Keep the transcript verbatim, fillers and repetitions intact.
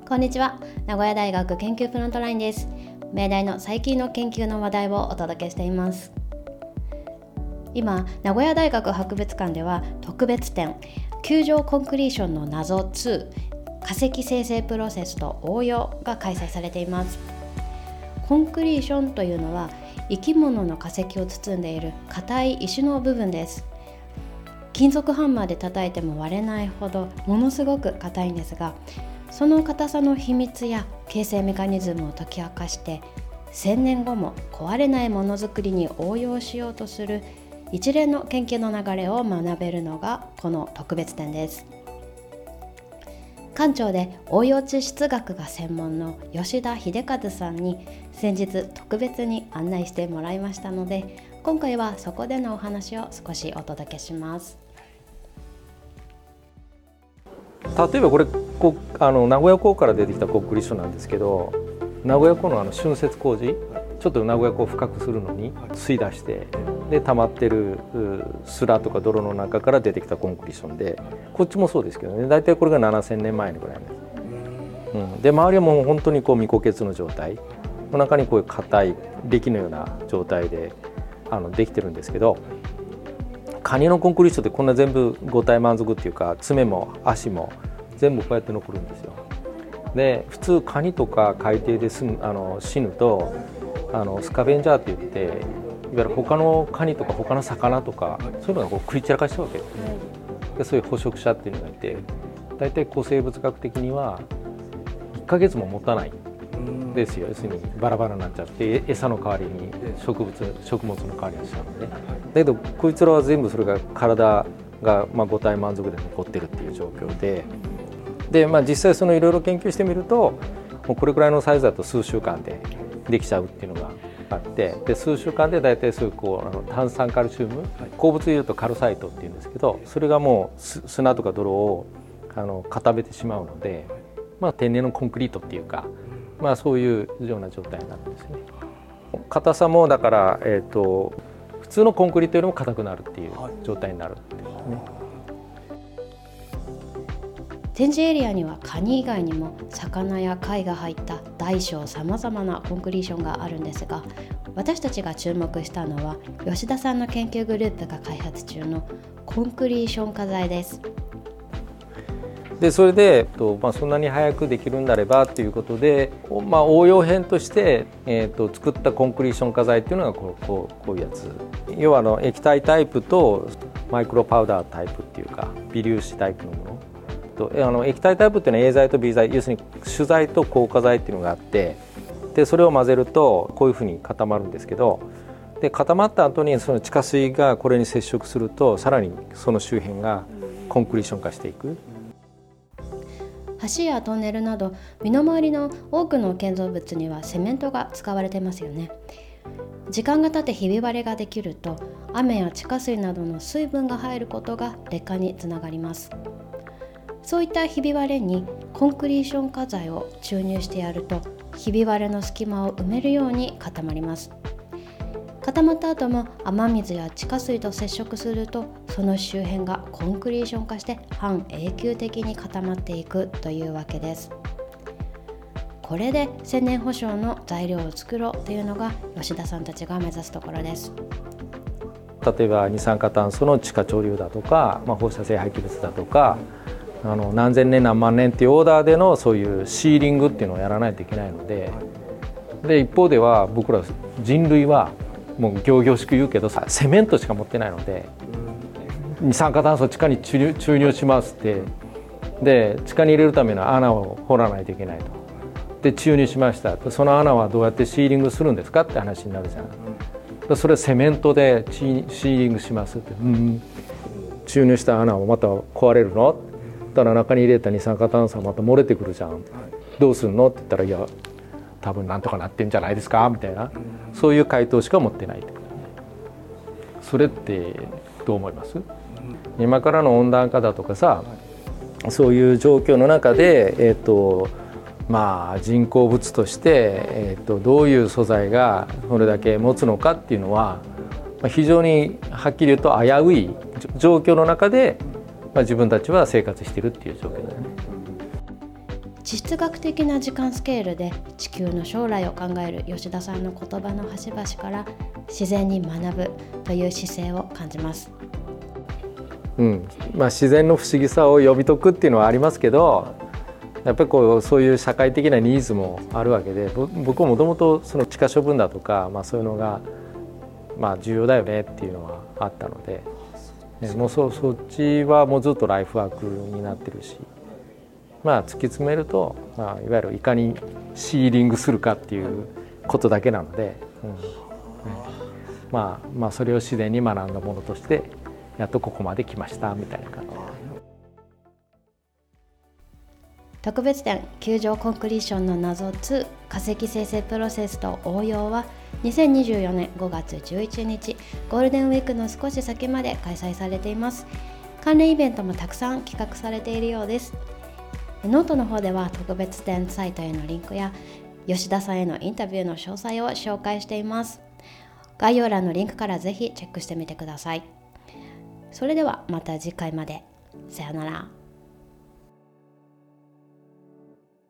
こんにちは。名古屋大学研究フロントラインです。明大の最近の研究の話題をお届けしています。今、名古屋大学博物館では特別展球状コンクリーションの謎に化石生成プロセスと応用が開催されています。コンクリーションというのは生き物の化石を包んでいる硬い石の部分です。金属ハンマーで叩いても割れないほどものすごく硬いんですが、その硬さの秘密や形成メカニズムを解き明かしてせんねんごも壊れないものづくりに応用しようとする一連の研究の流れを学べるのがこの特別展です。館長で応用地質学が専門の吉田秀和さんに先日特別に案内してもらいましたので、今回はそこでのお話を少しお届けします。 例えばこれこあの名古屋港から出てきたコンクリーションなんですけど、名古屋港のあの浚渫工事、ちょっと名古屋港を深くするのに吸い出してで溜まってる砂とか泥の中から出てきたコンクリーションで、こっちもそうですけどね、大体これがななせんねんまえぐらいです、うん、で周りはもう本当にこう未固結の状態の中にこういう硬い礫のような状態であのできてるんですけど、カニのコンクリーションってこんな全部五体満足っていうか、爪も足も全部こうやって残るんですよ。で普通カニとか海底ですあの死ぬとあのスカベンジャーって言って、いわゆる他のカニとか他の魚とかそういうのがこう食い散らかしちゃうわけですね。でそういう捕食者っていうのがいて、大体古生物学的にはいっかげつも持たないですよ。要するにバラバラになっちゃって餌の代わりに植物食物の代わりにしちゃうので、だけどこいつらは全部それが体がまあ五体満足で残ってるっていう状況で、で、まあ、実際そのいろいろ研究してみると、もうこれくらいのサイズだと数週間でできちゃうっていうのがあって、で数週間で大体そういうこうあの炭酸カルシウム、鉱物でいうとカルサイトっていうんですけど、それがもう砂とか泥をあの固めてしまうので、まあ、天然のコンクリートっていうか、まあ、そういうような状態になるんですね。硬さもだから、えーと、普通のコンクリートよりも硬くなるっていう状態になるんですね。 展示エリアにはカニ以外にも魚や貝が入った大小さまざまなコンクリーションがあるんですが、私たちが注目したのは吉田さんの研究グループが開発中のコンクリーション化材です。 でそれで、えっとまあ、そんなに早くできるんだればということで、まあ、応用編として、えー、と作ったコンクリーション化材っていうのがこう、こう、こういうやつ。要はあの液体タイプとマイクロパウダータイプっていうか微粒子タイプのものと、あの液体タイプっていうのは A 剤と B 剤、要するに主剤と硬化剤っていうのがあって、でそれを混ぜるとこういうふうに固まるんですけど、で固まった後にその地下水がこれに接触すると、さらにその周辺がコンクリーション化していく。 橋やトンネルなど身の回りの多くの建造物にはセメントが使われてますよね。時間が経ってひび割れができると、雨や地下水などの水分が入ることが劣化につながります。そういったひび割れにコンクリーション化材を注入してやると、ひび割れの隙間を埋めるように固まります。固まった後も雨水や地下水と接触すると、その周辺がコンクリーション化して半永久的に固まっていくというわけです。これで千年保証の材料を作ろうというのが吉田さんたちが目指すところです。 例えば二酸化炭素の地下潮流だとか、まあ、放射性廃棄物だとか、あの何千年何万年っていうオーダーでのそういうシーリングっていうのをやらないといけないので、で一方では僕ら人類はもう仰々しく言うけどセメントしか持ってないので、二酸化炭素を地下に注入、注入しますって、で地下に入れるための穴を掘らないといけないと。で注入しました、その穴はどうやってシーリングするんですかって話になるじゃん。それセメントでシーリングしますって、うん、注入した穴をまた壊れるの？だから中に入れた二酸化炭素はまた漏れてくるじゃん、どうするのって言ったら、いや多分なんとかなってんじゃないですかみたいな、そういう回答しか持ってないってことね。それってどう思います？今からの温暖化だとかさ、そういう状況の中で、えーとまあ、人工物として、えーとどういう素材がそれだけ持つのかっていうのは、非常にはっきり言うと危うい状況の中で、まあ、自分たちは生活しているっていう状況だよね。 地質学的な時間スケールで地球の将来を考える吉田さんの言葉の端々から自然に学ぶという姿勢を感じます。 うんまあ、自然の不思議さを読み解くっていうのはありますけど、やっぱりこうそういう社会的なニーズもあるわけで、僕はもともとその地下処分だとか、まあ、そういうのがまあ重要だよねっていうのはあったので、もう そ, そっちはもうずっとライフワークになってるし、まあ、突き詰めると、まあ、いわゆるいかにシーリングするかっていうことだけなので、うんうんまあ、まあそれを自然に学んだものとしてやっとここまで来ましたみたいな感じ。 特別展球状コンクリーションの謎に化石生成プロセスと応用はにせんにじゅうよねんごがつじゅういちにちゴールデンウィークの少し先まで開催されています。関連イベントもたくさん企画されているようです。ノートの方では特別展サイトへのリンクや吉田さんへのインタビューの詳細を紹介しています。概要欄のリンクからぜひチェックしてみてください。それではまた次回まで。さよなら。